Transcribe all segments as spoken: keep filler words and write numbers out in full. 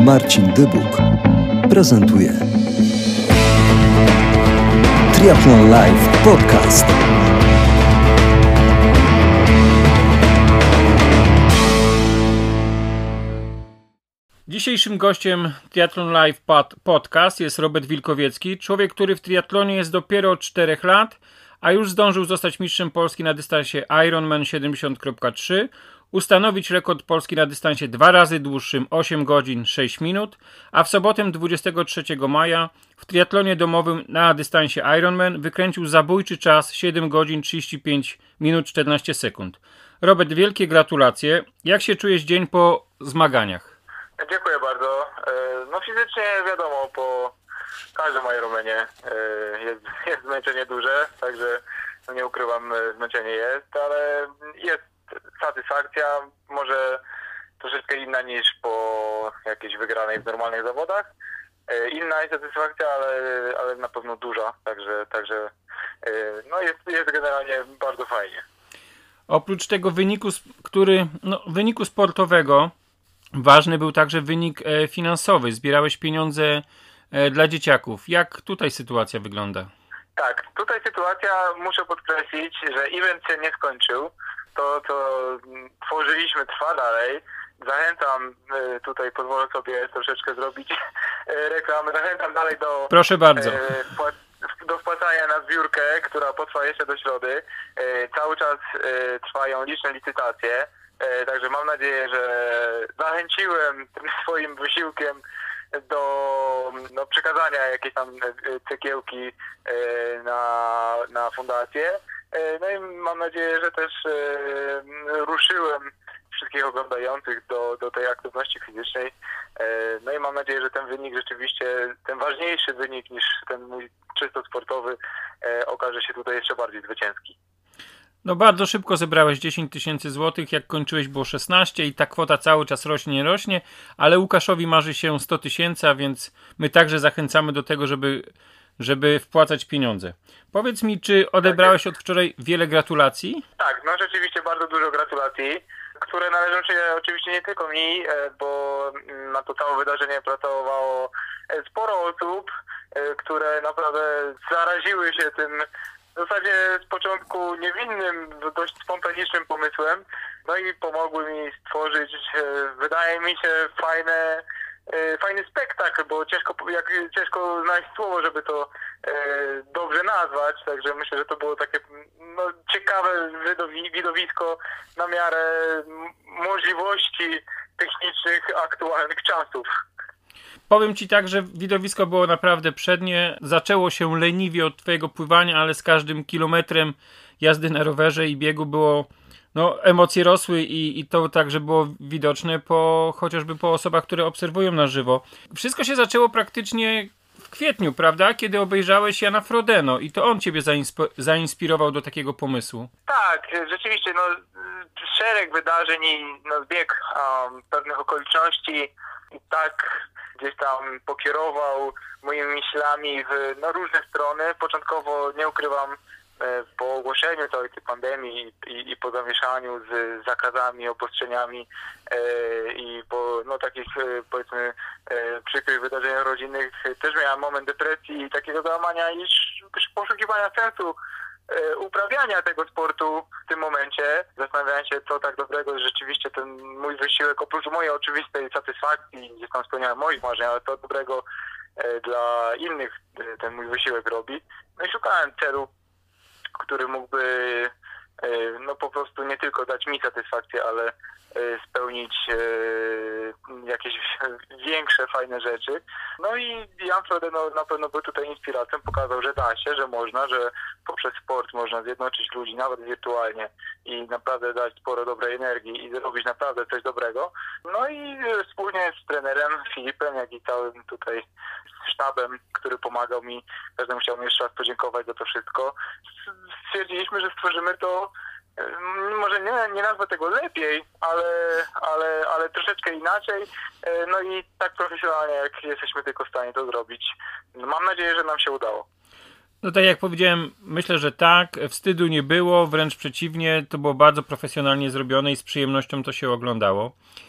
Marcin Dybuk prezentuje Triathlon Live Podcast. Dzisiejszym gościem Triathlon Live pod, Podcast jest Robert Wilkowiecki, człowiek, który w triatlonie jest dopiero od czterech lat, a już zdążył zostać mistrzem Polski na dystansie Ironman siedemdziesiąt przecinek trzy, ustanowić rekord Polski na dystansie dwa razy dłuższym osiem godzin sześć minut, a w sobotę dwudziestego trzeciego maja w triatlonie domowym na dystansie Ironman wykręcił zabójczy czas siedem godzin trzydzieści pięć minut czternaście sekund. Robert, wielkie gratulacje. Jak się czujesz dzień po zmaganiach? Dziękuję bardzo. No fizycznie wiadomo, po każdym Ironmanie jest, jest zmęczenie duże, także no nie ukrywam, zmęczenie jest, ale jest satysfakcja, może troszeczkę inna niż po jakiejś wygranej w normalnych zawodach. Inna jest satysfakcja, ale, ale na pewno duża, także, także no jest, jest generalnie bardzo fajnie. Oprócz tego wyniku, który, no, wyniku sportowego, ważny był także wynik e, finansowy. Zbierałeś pieniądze e, dla dzieciaków. Jak tutaj sytuacja wygląda? Tak, tutaj sytuacja, muszę podkreślić, że event się nie skończył. To, co tworzyliśmy, trwa dalej. Zachęcam, e, tutaj pozwolę sobie troszeczkę zrobić e, reklamę, zachęcam dalej do... Proszę bardzo. E, do wpłacania na zbiórkę, która potrwa jeszcze do środy. E, cały czas e, trwają liczne licytacje. Także mam nadzieję, że zachęciłem tym swoim wysiłkiem do no, przekazania jakiejś tam cegiełki na, na fundację. No i mam nadzieję, że też ruszyłem wszystkich oglądających do, do tej aktywności fizycznej. No i mam nadzieję, że ten wynik rzeczywiście, ten ważniejszy wynik niż ten mój czysto sportowy, okaże się tutaj jeszcze bardziej zwycięski. No bardzo szybko zebrałeś dziesięć tysięcy złotych, jak kończyłeś było szesnaście i ta kwota cały czas rośnie, rośnie, ale Łukaszowi marzy się sto tysięcy, a więc my także zachęcamy do tego, żeby, żeby wpłacać pieniądze. Powiedz mi, czy odebrałeś od wczoraj wiele gratulacji? Tak, no rzeczywiście bardzo dużo gratulacji, które należą się oczywiście nie tylko mi, bo na to całe wydarzenie pracowało sporo osób, które naprawdę zaraziły się tym w zasadzie z początku niewinnym, dość spontanicznym pomysłem, no i pomogły mi stworzyć, wydaje mi się, fajne, fajny spektakl, bo ciężko, jak, ciężko znaleźć słowo, żeby to dobrze nazwać, także myślę, że to było takie no, ciekawe widowisko na miarę możliwości technicznych aktualnych czasów. Powiem Ci tak, że widowisko było naprawdę przednie. Zaczęło się leniwie od Twojego pływania, ale z każdym kilometrem jazdy na rowerze i biegu było, no emocje rosły i, i to także było widoczne po, chociażby po osobach, które obserwują na żywo. Wszystko się zaczęło praktycznie w kwietniu, prawda? Kiedy obejrzałeś Jana Frodeno i to on Ciebie zainsp- zainspirował do takiego pomysłu. Tak, rzeczywiście, no szereg wydarzeń i no, zbieg um, pewnych okoliczności i tak gdzieś tam pokierował moimi myślami w no, różne strony. Początkowo, nie ukrywam, po ogłoszeniu całej tej pandemii i, i po zamieszaniu z zakazami, obostrzeniami e, i po no, takich powiedzmy e, przykrych wydarzeniach rodzinnych też miałem moment depresji i takiego załamania i poszukiwania sensu e, uprawiania tego sportu w tym momencie. Zastanawiałem się, co tak dobrego rzeczywiście ten mój wysiłek, oprócz mojej oczywistej satysfakcji, gdzie tam spełniałem moich marzeń, ale to dobrego e, dla innych e, ten mój wysiłek robi. No i szukałem celu, który mógłby no po prostu nie tylko dać mi satysfakcję, ale spełnić jakieś większe, fajne rzeczy. No i Jan Frodeno na pewno był tutaj inspiracją, pokazał, że da się, że można, że poprzez sport można zjednoczyć ludzi nawet wirtualnie i naprawdę dać sporo dobrej energii i zrobić naprawdę coś dobrego. No i wspólnie z trenerem Filipem, jak i całym tutaj sztabem, który pomagał mi, każdemu chciałbym jeszcze raz podziękować za to wszystko, stwierdziliśmy, że stworzymy to, może nie, nie nazwę tego lepiej, ale, ale, ale troszeczkę inaczej, no i tak profesjonalnie, jak jesteśmy tylko w stanie to zrobić. Mam nadzieję, że nam się udało. No tak jak powiedziałem, myślę, że tak, wstydu nie było, wręcz przeciwnie, to było bardzo profesjonalnie zrobione i z przyjemnością to się oglądało.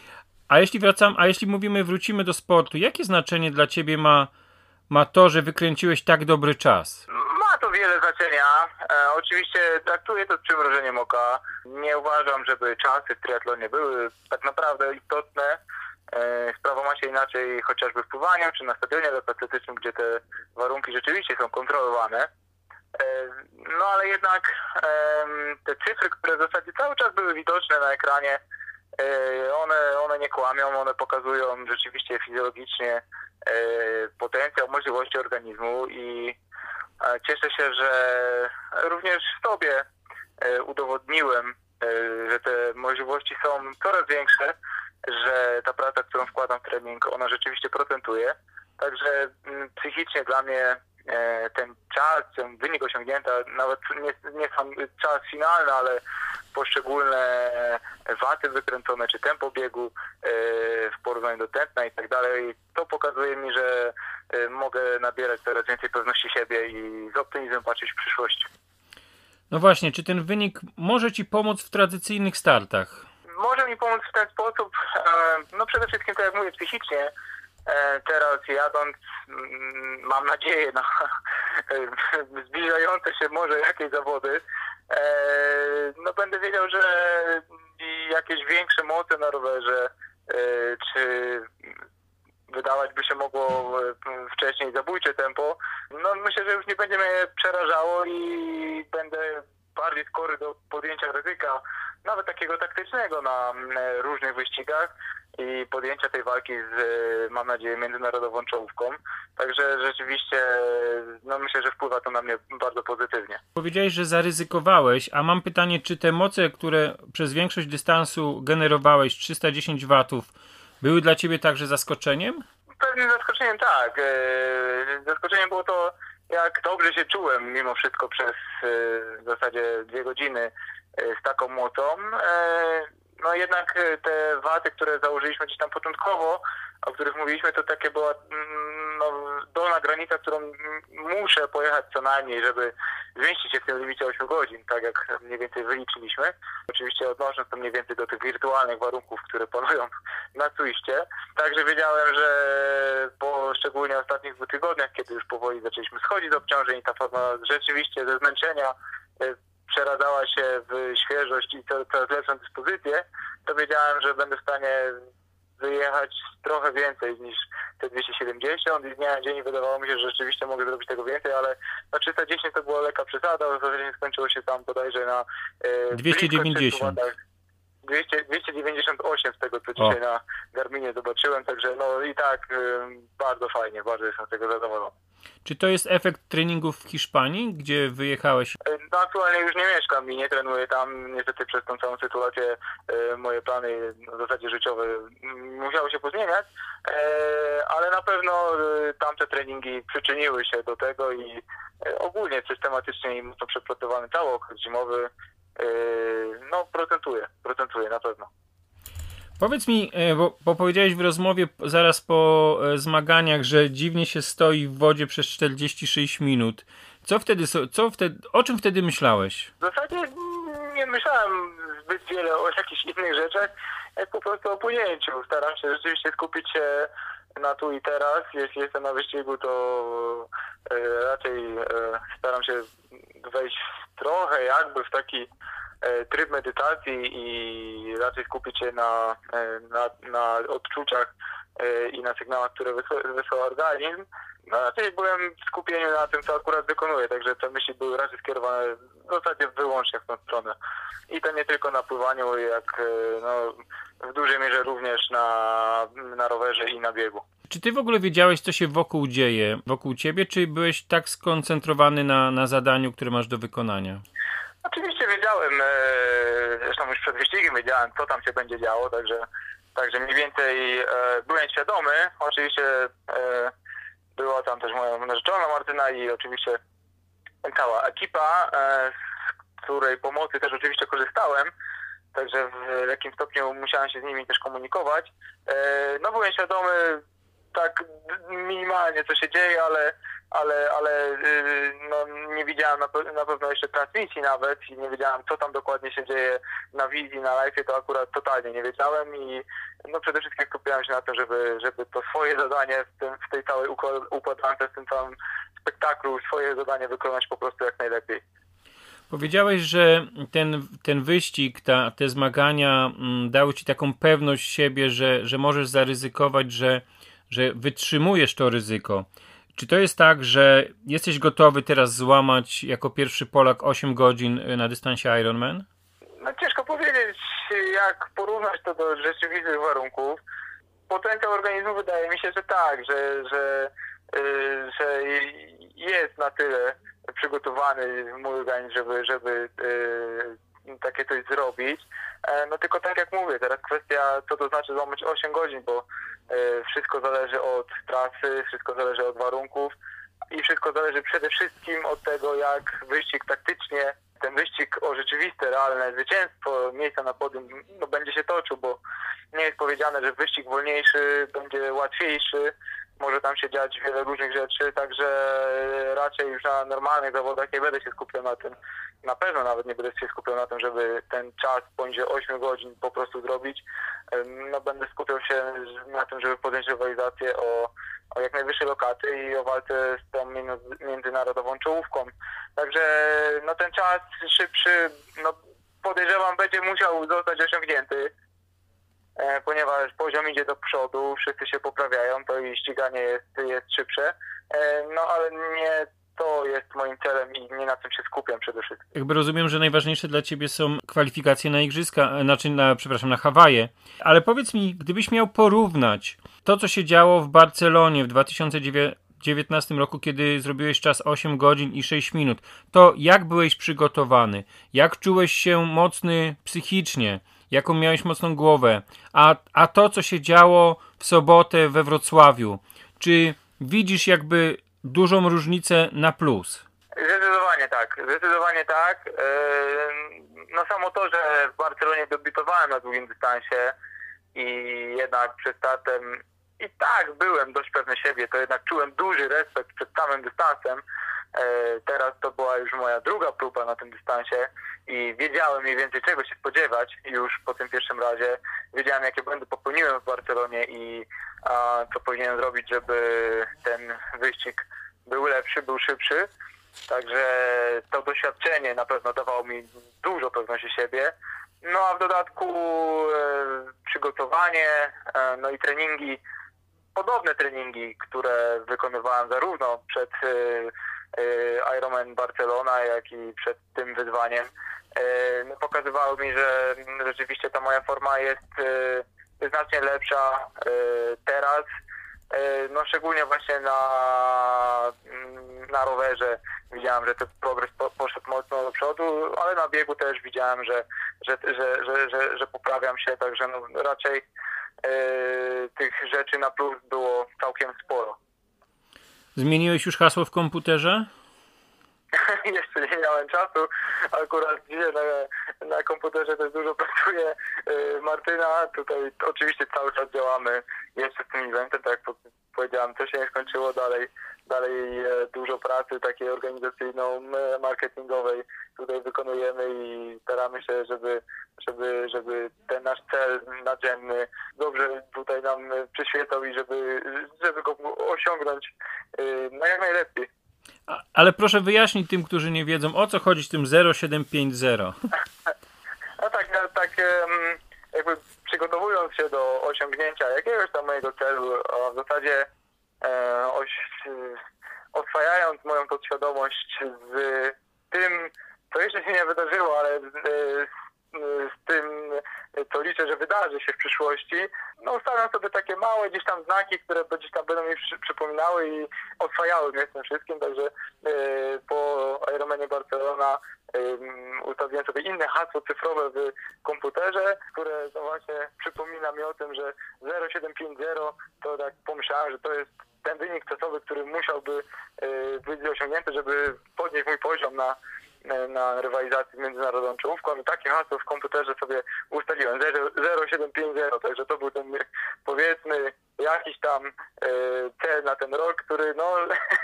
A jeśli wracam, a jeśli mówimy, wrócimy do sportu, jakie znaczenie dla ciebie ma, ma to, że wykręciłeś tak dobry czas? Ma to wiele znaczenia. E, oczywiście traktuję to z przymrużeniem oka. Nie uważam, żeby czasy w triatlonie były tak naprawdę istotne. E, sprawa ma się inaczej chociażby w pływaniu, czy na stadionie lekkoatletycznym, gdzie te warunki rzeczywiście są kontrolowane. E, no ale jednak e, te cyfry, które w zasadzie cały czas były widoczne na ekranie, e, one, one nie kłamią, one pokazują rzeczywiście fizjologicznie e, potencjał, możliwości organizmu i cieszę się, że również sobie udowodniłem, że te możliwości są coraz większe, że ta praca, którą wkładam w trening, ona rzeczywiście procentuje. Także psychicznie dla mnie ten czas, ten wynik osiągnięty, nawet nie, nie sam czas finalny, ale poszczególne waty wykręcone, czy tempo biegu w porównaniu do tętna i tak dalej, to pokazuje mi, że mogę nabierać coraz więcej pewności siebie i z optymizmem patrzeć w przyszłość. No właśnie, czy ten wynik może ci pomóc w tradycyjnych startach? Może mi pomóc w ten sposób, no przede wszystkim, tak jak mówię, psychicznie. Teraz jadąc, mam nadzieję na zbliżające się może jakieś zawody, no będę wiedział, że jakieś większe moce na rowerze, czy wydawać by się mogło wcześniej zabójcze tempo, no myślę, że już nie będzie mnie przerażało i będę bardziej skory do podjęcia ryzyka, nawet takiego taktycznego na różnych wyścigach i podjęcia tej walki z, mam nadzieję, międzynarodową czołówką. Także rzeczywiście, no myślę, że wpływa to na mnie bardzo pozytywnie. Powiedziałeś, że zaryzykowałeś, a mam pytanie, czy te moce, które przez większość dystansu generowałeś, trzysta dziesięć watów, były dla ciebie także zaskoczeniem? Pewnym zaskoczeniem tak. Zaskoczeniem było to, jak dobrze się czułem mimo wszystko przez w zasadzie dwie godziny z taką mocą. No jednak te waty, które założyliśmy gdzieś tam początkowo, o których mówiliśmy, to takie była no, dolna granica, którą muszę pojechać co najmniej, żeby zmieścić się w tym limicie ośmiu godzin, tak jak mniej więcej wyliczyliśmy. Oczywiście odnosząc to mniej więcej do tych wirtualnych warunków, które panują na Zwiście. Także wiedziałem, że po szczególnie ostatnich dwóch tygodniach, kiedy już powoli zaczęliśmy schodzić z obciążeń, ta forma rzeczywiście ze zmęczenia przeradzała się w świeżość i coraz lepszą dyspozycję, to wiedziałem, że będę w stanie wyjechać trochę więcej niż te dwieście siedemdziesiąt i z dnia na dzień wydawało mi się, że rzeczywiście mogę zrobić tego więcej, ale na trzysta dziesięć to była lekka przesada, w zasadzie skończyło się tam bodajże na e, dwieście dziewięćdziesiąt. dwieście, dwieście dziewięćdziesiąt osiem z tego, co dzisiaj o. na Garminie zobaczyłem, także no i tak y, bardzo fajnie, bardzo jestem z tego zadowolony. Czy to jest efekt treningów w Hiszpanii, gdzie wyjechałeś? No aktualnie już nie mieszkam i nie trenuję tam. Niestety przez tą całą sytuację e, moje plany w zasadzie życiowe musiały się pozmieniać, e, ale na pewno e, tamte treningi przyczyniły się do tego i e, ogólnie systematycznie i mocno przepracowany cały okres zimowy e, no procentuje, procentuje na pewno. Powiedz mi, bo, bo powiedziałeś w rozmowie zaraz po zmaganiach, że dziwnie się stoi w wodzie przez czterdzieści sześć minut. Co wtedy, co wtedy, o czym wtedy myślałeś? W zasadzie nie myślałem zbyt wiele o jakichś innych rzeczach, jak po prostu o płynięciu. Staram się rzeczywiście skupić się na tu i teraz. Jeśli jestem na wyścigu, to raczej staram się wejść trochę jakby w taki tryb medytacji i raczej skupić się na, na, na odczuciach i na sygnałach, które wysłał organizm. No raczej byłem w skupieniu na tym, co akurat wykonuję, także te myśli były raczej skierowane w zasadzie wyłącznie w tą stronę. I to nie tylko na pływaniu, jak no, w dużej mierze również na, na rowerze i na biegu. Czy ty w ogóle wiedziałeś, co się wokół dzieje, wokół ciebie, czy byłeś tak skoncentrowany na, na zadaniu, które masz do wykonania? Oczywiście wiedziałem, zresztą już przed wyścigiem wiedziałem, co tam się będzie działo, także, także mniej więcej byłem świadomy. Oczywiście była tam też moja narzeczona Martyna i oczywiście cała ekipa, z której pomocy też oczywiście korzystałem, także w jakim stopniu musiałem się z nimi też komunikować. No byłem świadomy tak minimalnie, co się dzieje, ale ale, ale no, nie widziałem na, pe- na pewno jeszcze transmisji nawet i nie wiedziałem, co tam dokładnie się dzieje na wizji, na live, to akurat totalnie nie wiedziałem i no przede wszystkim skupiałem się na tym, żeby, żeby to swoje zadanie w, tym, w tej całej układance, w tym całym spektaklu, swoje zadanie wykonać po prostu jak najlepiej. Powiedziałeś, że ten, ten wyścig, ta, te zmagania m, dały ci taką pewność siebie, że, że możesz zaryzykować, że, że wytrzymujesz to ryzyko. Czy to jest tak, że jesteś gotowy teraz złamać jako pierwszy Polak osiem godzin na dystansie Ironman? No ciężko powiedzieć, jak porównać to do rzeczywistych warunków. Potencjał organizmu wydaje mi się, że tak, że, że, yy, że jest na tyle przygotowany mój organizm, żeby, żeby yy, takie coś zrobić. E, no tylko tak jak mówię, teraz kwestia, co to znaczy złamać osiem godzin, bo yy, wszystko zależy od trasy, wszystko zależy od warunków i wszystko zależy przede wszystkim od tego, jak wyścig taktycznie, ten wyścig o rzeczywiste, realne zwycięstwo, miejsca na podium, no, będzie się toczył, bo nie jest powiedziane, że wyścig wolniejszy będzie łatwiejszy, może tam się dziać wiele różnych rzeczy, także raczej już na normalnych zawodach nie będę się skupiał na tym, na pewno nawet nie będę się skupiał na tym, żeby ten czas poniżej ośmiu godzin po prostu zrobić. No będę skupiał się na tym, żeby podjąć rywalizację o, o jak najwyższe lokaty i o walce z tą międzynarodową czołówką. Także no ten czas szybszy, no podejrzewam, będzie musiał zostać osiągnięty, ponieważ poziom idzie do przodu, wszyscy się poprawiają, to i ściganie jest, jest szybsze, no ale nie to jest moim celem i nie na tym się skupiam przede wszystkim. Jakby rozumiem, że najważniejsze dla ciebie są kwalifikacje na igrzyska, znaczy na, przepraszam, na Hawaje, ale powiedz mi, gdybyś miał porównać to, co się działo w Barcelonie w dwa tysiące dziewiętnastym roku, kiedy zrobiłeś czas osiem godzin i sześć minut, to jak byłeś przygotowany? Jak czułeś się mocny psychicznie? Jaką miałeś mocną głowę? A, a to, co się działo w sobotę we Wrocławiu, czy widzisz jakby dużą różnicę na plus? Zdecydowanie tak, zdecydowanie tak. No samo to, że w Barcelonie debiutowałem na długim dystansie i jednak przed startem i tak byłem dość pewny siebie, to jednak czułem duży respekt przed samym dystansem. Teraz to była już moja druga próba na tym dystansie i wiedziałem mniej więcej czego się spodziewać już po tym pierwszym razie. Wiedziałem jakie błędy popełniłem w Barcelonie i a, co powinienem zrobić, żeby ten wyścig był lepszy, był szybszy. Także to doświadczenie na pewno dawało mi dużo pewności siebie. No a w dodatku e, przygotowanie, e, no i treningi, podobne treningi, które wykonywałem zarówno przed e, e, Ironman Barcelona, jak i przed tym wyzwaniem, e, no, pokazywały mi, że rzeczywiście ta moja forma jest e, znacznie lepsza e, teraz. No szczególnie właśnie na, na rowerze widziałem, że ten progres po, poszedł mocno do przodu, ale na biegu też widziałem, że, że, że, że, że, że poprawiam się, także no raczej e, tych rzeczy na plus było całkiem sporo. Zmieniłeś już hasło w komputerze? Jeszcze nie miałem czasu, akurat dzisiaj na, na komputerze też dużo pracuje yy, Martyna, tutaj oczywiście cały czas działamy jeszcze z tym eventem, tak jak powiedziałem, to się nie skończyło, dalej, dalej e, dużo pracy takiej organizacyjno-marketingowej tutaj wykonujemy i staramy się, żeby, żeby, żeby ten nasz cel nadzienny dobrze tutaj nam przyświecał i żeby, żeby go osiągnąć yy, no jak najlepiej. Ale proszę wyjaśnić tym, którzy nie wiedzą, o co chodzi z tym zero siedem pięć zero. No tak, no, tak jakby przygotowując się do osiągnięcia jakiegoś tam mojego celu, w zasadzie e, oś, oswajając moją podświadomość z tym, co jeszcze się nie wydarzyło, ale z, z tym, co liczę, że wydarzy się w przyszłości, no ustawiam sobie takie małe gdzieś tam znaki, które gdzieś tam będą mi przy, przypominały i oswajały mnie z tym wszystkim, także yy, po Ironmanie Barcelona yy, ustawiłem sobie inne hasło cyfrowe w komputerze, które to właśnie przypomina mi o tym, że zero siedem pięć zero, to tak pomyślałem, że to jest ten wynik czasowy, który musiałby yy, być osiągnięty, żeby podnieść mój poziom na na rywalizacji z międzynarodową czołówką i takie hasło w komputerze sobie ustaliłem, zero siedem pięć zero, także to był ten, powiedzmy, jakiś tam e, cel na ten rok, który no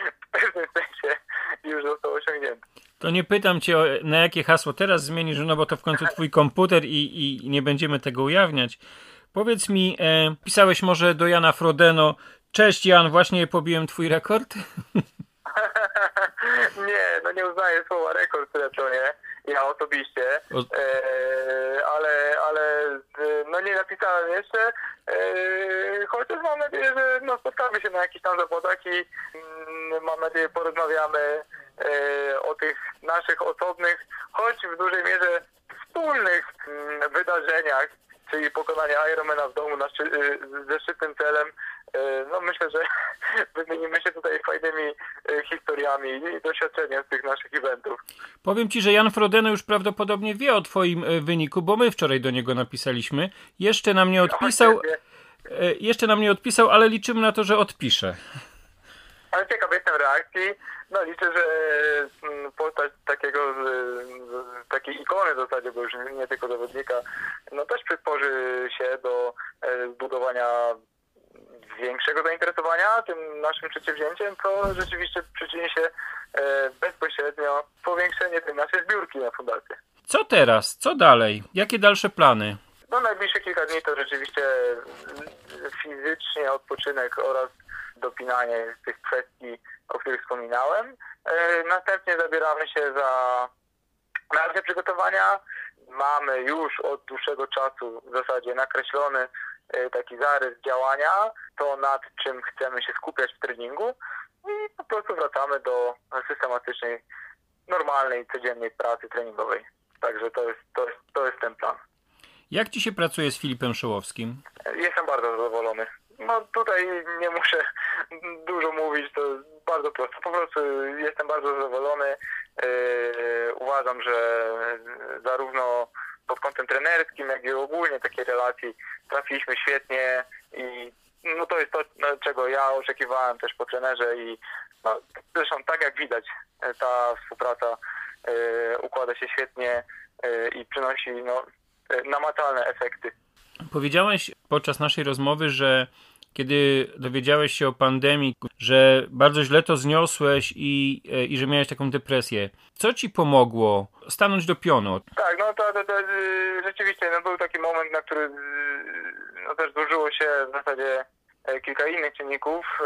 w pewnym sensie już został osiągnięty. To nie pytam cię, na jakie hasło teraz zmienisz, no bo to w końcu twój komputer i, i nie będziemy tego ujawniać. Powiedz mi, e, pisałeś może do Jana Frodeno: cześć Jan, właśnie pobiłem twój rekord? Nie, no nie uznaję słowa rekord w triatlonie, ja osobiście, O... e, ale, ale no nie napisałem jeszcze, e, chociaż mam nadzieję, że no, spotkamy się na jakichś tam zawodach i mm, mam nadzieję porozmawiamy e, o tych naszych osobnych, choć w dużej mierze wspólnych mm, wydarzeniach, czyli pokonanie Ironmana w domu na szczy, ze szczytnym celem. No myślę, że wymienimy się tutaj fajnymi historiami i doświadczeniem z tych naszych eventów. Powiem ci, że Jan Frodeno już prawdopodobnie wie o twoim wyniku, bo my wczoraj do niego napisaliśmy. Jeszcze nam nie odpisał, jeszcze nam nie odpisał, ale liczymy na to, że odpisze. Ale ciekaw jestem reakcji. No liczę, że postać takiego, takiej ikony w zasadzie, bo już nie tylko zawodnika, no też przytworzy się do zbudowania większego zainteresowania tym naszym przedsięwzięciem, co rzeczywiście przyczyni się bezpośrednio w powiększenie tej naszej zbiórki na fundację. Co teraz? Co dalej? Jakie dalsze plany? No najbliższe kilka dni to rzeczywiście fizycznie odpoczynek oraz dopinanie tych kwestii, o których wspominałem. Następnie zabieramy się za dalsze przygotowania. Mamy już od dłuższego czasu w zasadzie nakreślony taki zarys działania, to nad czym chcemy się skupiać w treningu i po prostu wracamy do systematycznej, normalnej, codziennej pracy treningowej. Także to jest, to jest, to jest ten plan. Jak ci się pracuje z Filipem Szyłowskim? Jestem bardzo zadowolony. No tutaj nie muszę dużo mówić, to bardzo prosto. Po prostu jestem bardzo zadowolony. Yy, uważam, że zarówno pod kątem trenerskim, jak i ogólnie takiej relacji trafiliśmy świetnie i no to jest to, czego ja oczekiwałem też po trenerze i no, zresztą tak jak widać, ta współpraca yy, układa się świetnie yy, i przynosi no, namacalne efekty. Powiedziałeś podczas naszej rozmowy, że kiedy dowiedziałeś się o pandemii, że bardzo źle to zniosłeś i, i że miałeś taką depresję. Co ci pomogło stanąć do pionu? Tak, no to, to, to rzeczywiście no, był taki moment, na który no, też złożyło się w zasadzie kilka innych czynników.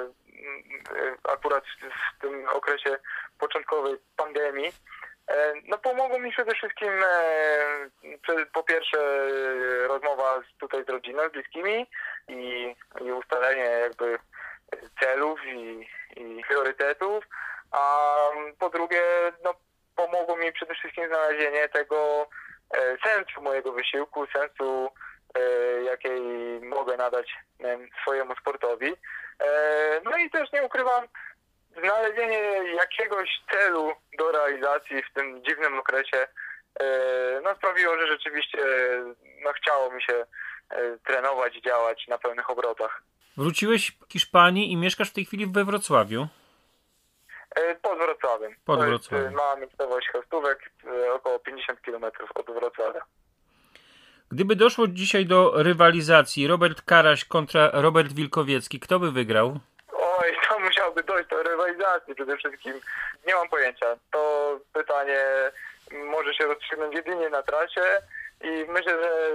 Akurat w tym okresie początkowej pandemii. No pomogło mi przede wszystkim po pierwsze rozmowa z, tutaj z rodziną, z bliskimi i, i ustalenie jakby celów i, i priorytetów, a po drugie no, pomogło mi przede wszystkim znalezienie tego sensu mojego wysiłku, sensu jakiej mogę nadać swojemu sportowi. No i też nie ukrywam, znalezienie jakiegoś celu do realizacji w tym dziwnym okresie no, sprawiło, że rzeczywiście no, chciało mi się trenować, działać na pełnych obrotach. Wróciłeś w Hiszpanii i mieszkasz w tej chwili we Wrocławiu? Pod Wrocławiem. Pod to Wrocławiem. Jest mała miejscowość Chostówek, około pięćdziesiąt kilometrów od Wrocławia. Gdyby doszło dzisiaj do rywalizacji Robert Karaś kontra Robert Wilkowiecki, kto by wygrał? Oj, to musiałby dojść do rywalizacji przede wszystkim. Nie mam pojęcia. To pytanie może się rozstrzygnąć jedynie na trasie i myślę, że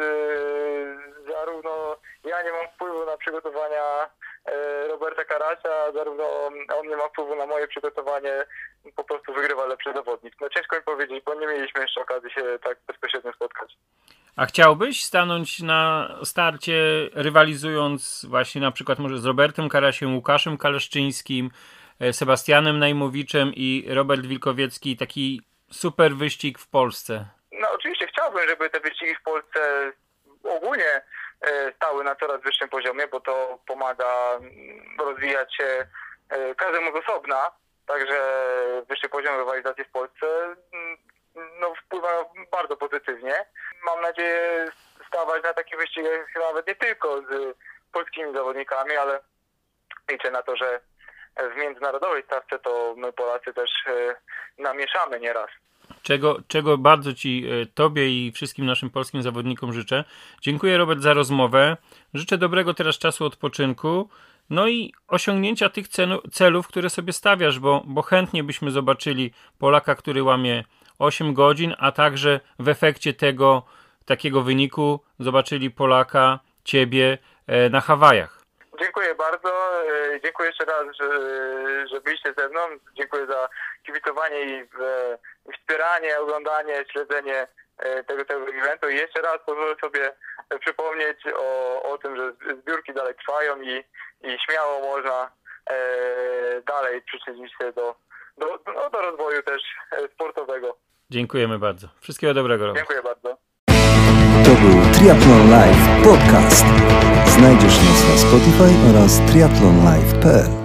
yy, zarówno ja nie mam wpływu na przygotowania yy, Roberta Karasia, zarówno on nie ma wpływu na moje przygotowanie, po prostu wygrywa lepszy zawodnik. No ciężko mi powiedzieć, bo nie mieliśmy jeszcze okazji się tak bezpośrednio spotkać. A chciałbyś stanąć na starcie, rywalizując właśnie na przykład może z Robertem Karasiem, Łukaszem Kaleszczyńskim, Sebastianem Najmowiczem i Robert Wilkowiecki, taki super wyścig w Polsce? No oczywiście chciałbym, żeby te wyścigi w Polsce ogólnie stały na coraz wyższym poziomie, bo to pomaga rozwijać się każdemu z osobna, także wyższy poziom rywalizacji w Polsce no, wpływa bardzo pozytywnie. Mam nadzieję stawać na takich wyścigach nawet nie tylko z polskimi zawodnikami, ale liczę na to, że w międzynarodowej stawce to my Polacy też namieszamy nieraz. Czego, czego bardzo Ci, Tobie i wszystkim naszym polskim zawodnikom życzę. Dziękuję, Robert, za rozmowę. Życzę dobrego teraz czasu odpoczynku no i osiągnięcia tych celów, które sobie stawiasz, bo, bo chętnie byśmy zobaczyli Polaka, który łamie osiem godzin, a także w efekcie tego takiego wyniku zobaczyli Polaka, ciebie na Hawajach. Dziękuję bardzo. Dziękuję jeszcze raz, że, że byliście ze mną. Dziękuję za kibicowanie i wspieranie, oglądanie, śledzenie tego całego eventu. I jeszcze raz pozwolę sobie przypomnieć o, o tym, że zbiórki dalej trwają i, i śmiało można e, dalej przyczynić się do, do, no, do rozwoju też sportowego. Dziękujemy bardzo. Wszystkiego dobrego. Robert. Dziękuję bardzo. To był Triathlon Live Podcast. Znajdziesz nas na Spotify oraz triathlon live kropka p l.